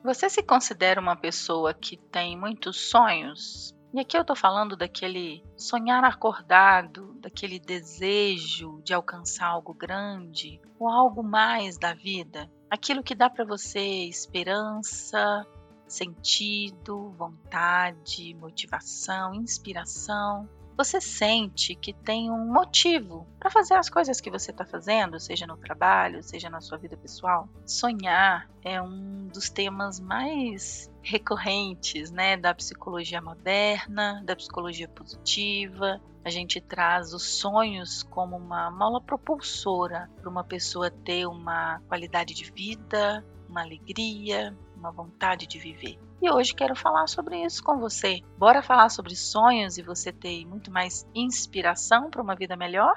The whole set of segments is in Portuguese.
Você se considera uma pessoa que tem muitos sonhos? E aqui eu tô falando daquele sonhar acordado, daquele desejo de alcançar algo grande ou algo mais da vida. Aquilo que dá para você esperança, sentido, vontade, motivação, inspiração. Você sente que tem um motivo para fazer as coisas que você está fazendo, seja no trabalho, seja na sua vida pessoal? Sonhar é um dos temas mais recorrentes, né, da psicologia moderna, da psicologia positiva. A gente traz os sonhos como uma mola propulsora para uma pessoa ter uma qualidade de vida, uma alegria, uma vontade de viver. E hoje quero falar sobre isso com você. Bora falar sobre sonhos e você ter muito mais inspiração para uma vida melhor?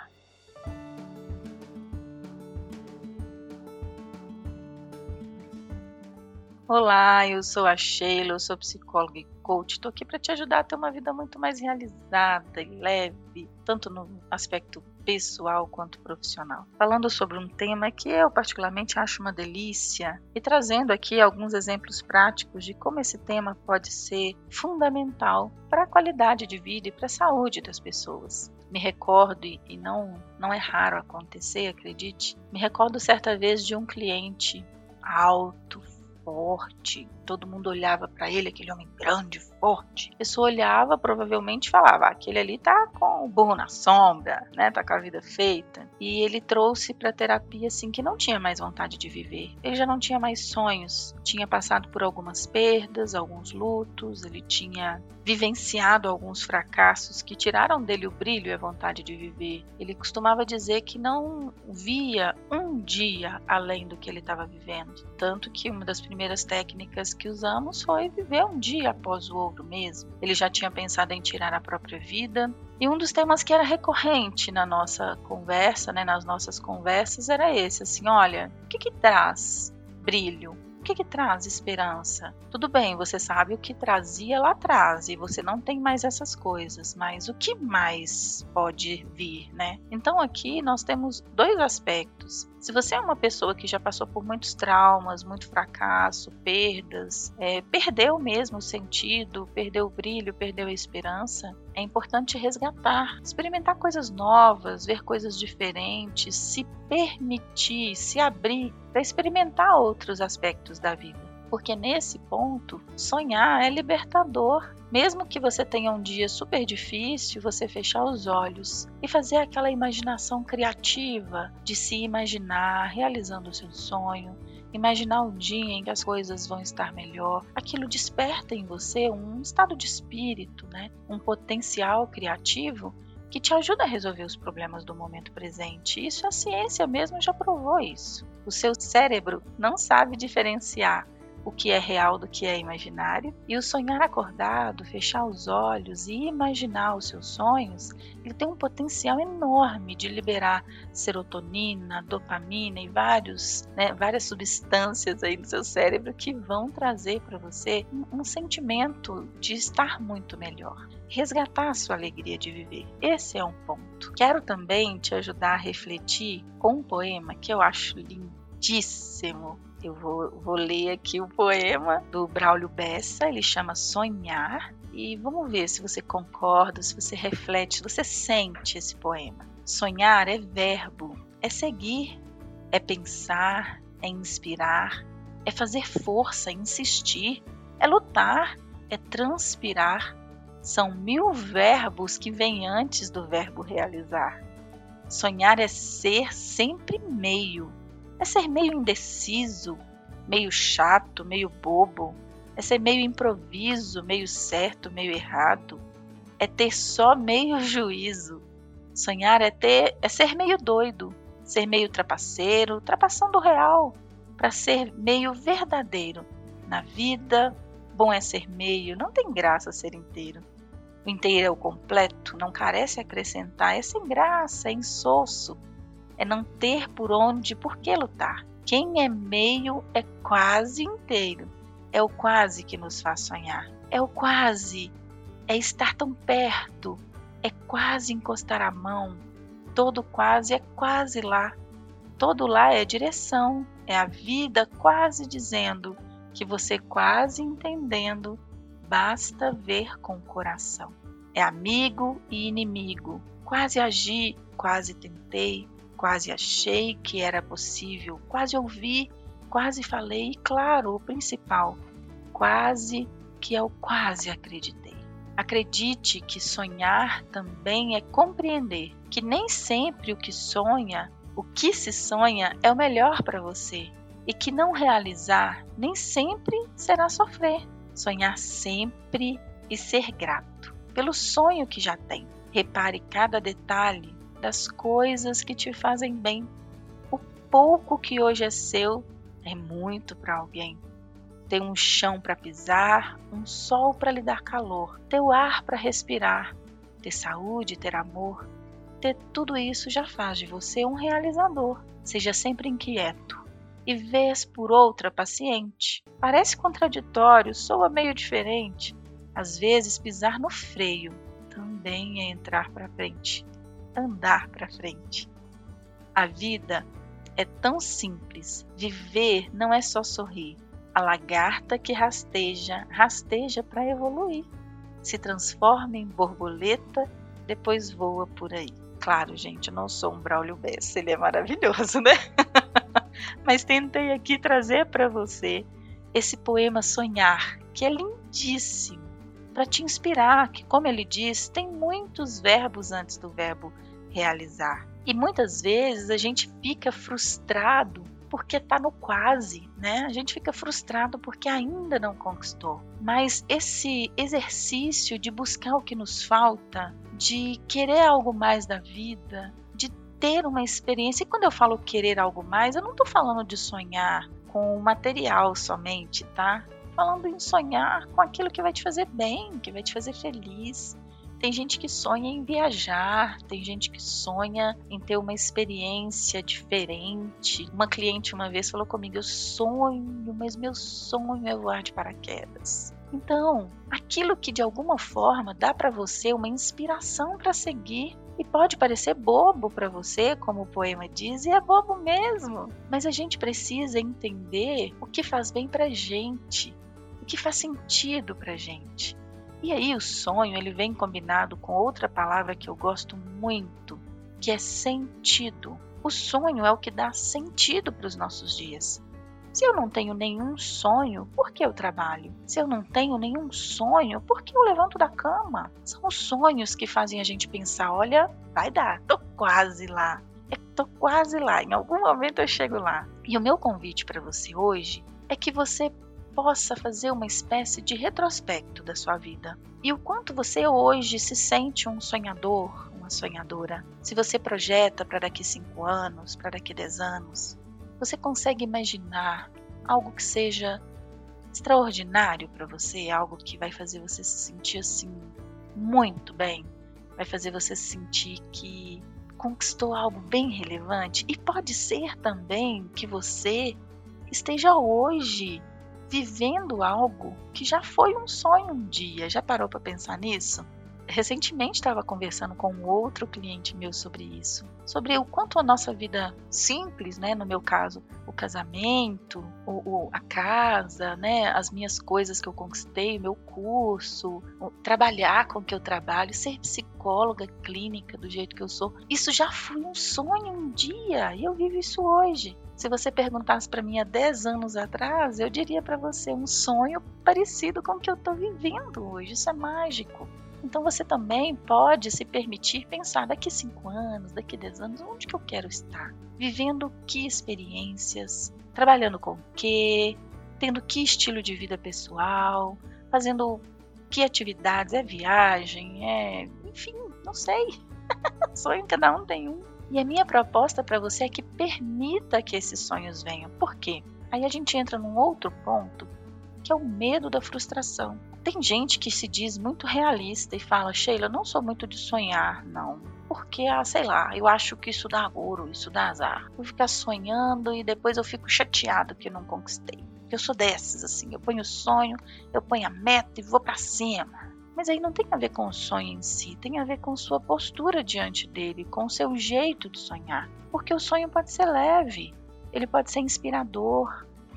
Olá, eu sou a Sheila, eu sou psicóloga e coach. Estou aqui para te ajudar a ter uma vida muito mais realizada e leve, tanto no aspecto pessoal quanto profissional. Falando sobre um tema que eu particularmente acho uma delícia e trazendo aqui alguns exemplos práticos de como esse tema pode ser fundamental para a qualidade de vida e para a saúde das pessoas. Me recordo, e não é raro acontecer, acredite, me recordo certa vez de um cliente alto, forte, todo mundo olhava para ele, aquele homem grande, forte. A pessoa olhava, provavelmente falava, aquele ali tá com o burro na sombra, né? Tá com a vida feita. E ele trouxe para terapia assim que não tinha mais vontade de viver. Ele já não tinha mais sonhos, tinha passado por algumas perdas, alguns lutos, ele tinha vivenciado alguns fracassos que tiraram dele o brilho e a vontade de viver. Ele costumava dizer que não via um dia além do que ele estava vivendo. Tanto que uma das primeiras técnicas que usamos foi viver um dia após o outro mesmo. Ele já tinha pensado em tirar a própria vida. E um dos temas que era recorrente na nossa conversa, né, nas nossas conversas, era esse, assim, olha, o que traz brilho? O que traz esperança? Tudo bem, você sabe o que trazia lá atrás e você não tem mais essas coisas, mas o que mais pode vir, né? Então aqui nós temos dois aspectos. Se você é uma pessoa que já passou por muitos traumas, muito fracasso, perdas, perdeu mesmo o sentido, perdeu o brilho, perdeu a esperança, é importante resgatar, experimentar coisas novas, ver coisas diferentes, se permitir, se abrir para experimentar outros aspectos da vida. Porque nesse ponto, sonhar é libertador. Mesmo que você tenha um dia super difícil, você fechar os olhos e fazer aquela imaginação criativa de se imaginar realizando o seu sonho, imaginar um dia em que as coisas vão estar melhor. Aquilo desperta em você um estado de espírito, né? Um potencial criativo que te ajuda a resolver os problemas do momento presente. Isso a ciência mesmo já provou isso. O seu cérebro não sabe diferenciar o que é real do que é imaginário, e o sonhar acordado, fechar os olhos e imaginar os seus sonhos, ele tem um potencial enorme de liberar serotonina, dopamina e várias substâncias aí no seu cérebro que vão trazer para você um sentimento de estar muito melhor. Resgatar a sua alegria de viver. Esse é um ponto. Quero também te ajudar a refletir com um poema que eu acho lindíssimo. Eu vou ler aqui o poema do Braulio Bessa, ele chama Sonhar, e vamos ver se você concorda, se você reflete, se você sente esse poema. Sonhar é verbo, é seguir, é pensar, é inspirar, é fazer força, é insistir, é lutar, é transpirar. São 1000 verbos que vêm antes do verbo realizar. Sonhar é ser sempre meio. É ser meio indeciso, meio chato, meio bobo. É ser meio improviso, meio certo, meio errado. É ter só meio juízo. Sonhar é ser meio doido, ser meio trapaceiro, trapaçando o real, para ser meio verdadeiro. Na vida, bom é ser meio, não tem graça ser inteiro. O inteiro é o completo, não carece acrescentar, é sem graça, é insosso. É não ter por que lutar. Quem é meio é quase inteiro. É o quase que nos faz sonhar. É o quase, é estar tão perto, é quase encostar a mão. Todo quase é quase lá. Todo lá é direção, é a vida quase dizendo: que você quase entendendo, basta ver com o coração. É amigo e inimigo, quase agi, quase tentei, quase achei que era possível, quase ouvi, quase falei e, claro, o principal, quase que eu quase acreditei. Acredite que sonhar também é compreender que nem sempre o que se sonha é o melhor para você e que não realizar nem sempre será sofrer. Sonhar sempre e ser grato pelo sonho que já tem. Repare cada detalhe das coisas que te fazem bem. O pouco que hoje é seu é muito para alguém. Ter um chão para pisar, um sol para lhe dar calor, ter o ar para respirar, ter saúde, ter amor, ter tudo isso já faz de você um realizador. Seja sempre inquieto e vez por outra paciente. Parece contraditório, soa meio diferente. Às vezes pisar no freio também é entrar para frente, andar para frente. A vida é tão simples, viver não é só sorrir. A lagarta que rasteja para evoluir. Se transforma em borboleta, depois voa por aí. Claro, gente, eu não sou um Braulio Bessa, ele é maravilhoso, né? Mas tentei aqui trazer para você esse poema Sonhar, que é lindíssimo, para te inspirar, que, como ele diz, tem muitos verbos antes do verbo realizar. E muitas vezes a gente fica frustrado porque está no quase, né? A gente fica frustrado porque ainda não conquistou. Mas esse exercício de buscar o que nos falta, de querer algo mais da vida, de ter uma experiência. E quando eu falo querer algo mais, eu não estou falando de sonhar com o material somente, tá? Falando em sonhar com aquilo que vai te fazer bem, que vai te fazer feliz. Tem gente que sonha em viajar, tem gente que sonha em ter uma experiência diferente. Uma cliente uma vez falou comigo, eu sonho, mas meu sonho é voar de paraquedas. Então, aquilo que de alguma forma dá para você uma inspiração para seguir, e pode parecer bobo para você, como o poema diz, e é bobo mesmo. Mas a gente precisa entender o que faz bem para a gente, o que faz sentido para a gente. E aí o sonho, ele vem combinado com outra palavra que eu gosto muito, que é sentido. O sonho é o que dá sentido para os nossos dias. Se eu não tenho nenhum sonho, por que eu trabalho? Se eu não tenho nenhum sonho, por que eu levanto da cama? São os sonhos que fazem a gente pensar, olha, vai dar, tô quase lá. Tô quase lá, em algum momento eu chego lá. E o meu convite para você hoje é que você possa fazer uma espécie de retrospecto da sua vida. E o quanto você hoje se sente um sonhador, uma sonhadora. Se você projeta para daqui 5 anos, para daqui 10 anos, você consegue imaginar algo que seja extraordinário para você, algo que vai fazer você se sentir assim muito bem, vai fazer você sentir que conquistou algo bem relevante. E pode ser também que você esteja hoje vivendo algo que já foi um sonho um dia. Já parou para pensar nisso? Recentemente estava conversando com um outro cliente meu sobre isso, sobre o quanto a nossa vida simples, né, no meu caso, o casamento, a casa, né, as minhas coisas que eu conquistei, o meu curso, trabalhar com o que eu trabalho, ser psicóloga clínica do jeito que eu sou, isso já foi um sonho um dia e eu vivo isso hoje. Se você perguntasse para mim há 10 anos atrás, eu diria para você um sonho parecido com o que eu estou vivendo hoje. Isso é mágico. Então você também pode se permitir pensar daqui 5 anos, daqui 10 anos, onde que eu quero estar? Vivendo que experiências? Trabalhando com o quê? Tendo que estilo de vida pessoal? Fazendo que atividades? É viagem? Enfim, não sei. Sonho, cada um tem um. E a minha proposta para você é que permita que esses sonhos venham. Por quê? Aí a gente entra num outro ponto, que é o medo da frustração. Tem gente que se diz muito realista e fala, Sheila, eu não sou muito de sonhar, não. Porque, sei lá, eu acho que isso dá ouro, isso dá azar. Vou ficar sonhando e depois eu fico chateado que eu não conquistei. Eu sou dessas, assim, eu ponho o sonho, eu ponho a meta e vou para cima. Mas aí não tem a ver com o sonho em si, tem a ver com sua postura diante dele, com o seu jeito de sonhar. Porque o sonho pode ser leve, ele pode ser inspirador,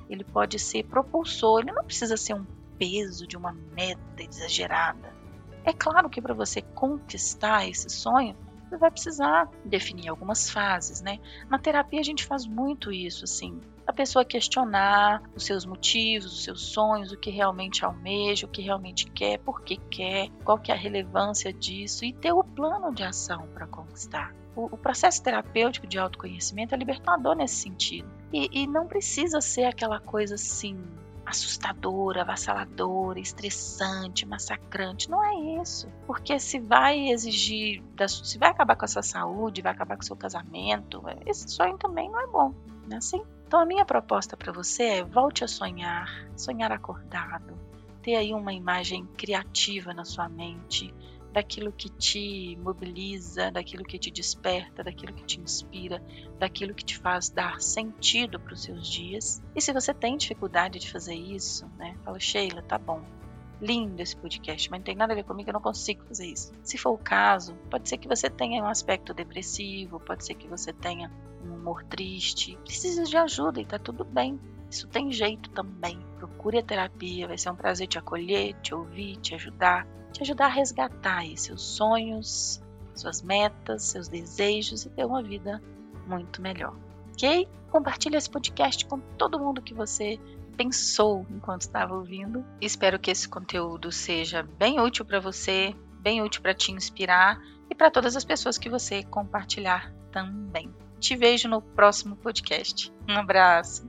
ele pode ser propulsor, ele não precisa ser um peso de uma meta exagerada. É claro que para você conquistar esse sonho, você vai precisar definir algumas fases, né? Na terapia a gente faz muito isso, assim, a pessoa questionar os seus motivos, os seus sonhos, o que realmente almeja, o que realmente quer, por que quer, qual que é a relevância disso e ter o plano de ação para conquistar. O processo terapêutico de autoconhecimento é libertador nesse sentido. E não precisa ser aquela coisa assim, assustadora, avassaladora, estressante, massacrante. Não é isso. Porque se vai exigir, se vai acabar com a sua saúde, vai acabar com o seu casamento, esse sonho também não é bom, não é assim? Então a minha proposta para você é volte a sonhar acordado, ter aí uma imagem criativa na sua mente, daquilo que te mobiliza, daquilo que te desperta, daquilo que te inspira, daquilo que te faz dar sentido para os seus dias. E se você tem dificuldade de fazer isso, né? Fala, Sheila, tá bom, lindo esse podcast, mas não tem nada a ver comigo, eu não consigo fazer isso. Se for o caso, pode ser que você tenha um aspecto depressivo, pode ser que você tenha um humor triste, precisa de ajuda e tá tudo bem. Isso tem jeito também. Procure a terapia, vai ser um prazer te acolher, te ouvir, te ajudar a resgatar aí seus sonhos, suas metas, seus desejos e ter uma vida muito melhor, ok? Compartilhe esse podcast com todo mundo que você pensou enquanto estava ouvindo. Espero que esse conteúdo seja bem útil para você, bem útil para te inspirar e para todas as pessoas que você compartilhar também. Te vejo no próximo podcast. Um abraço!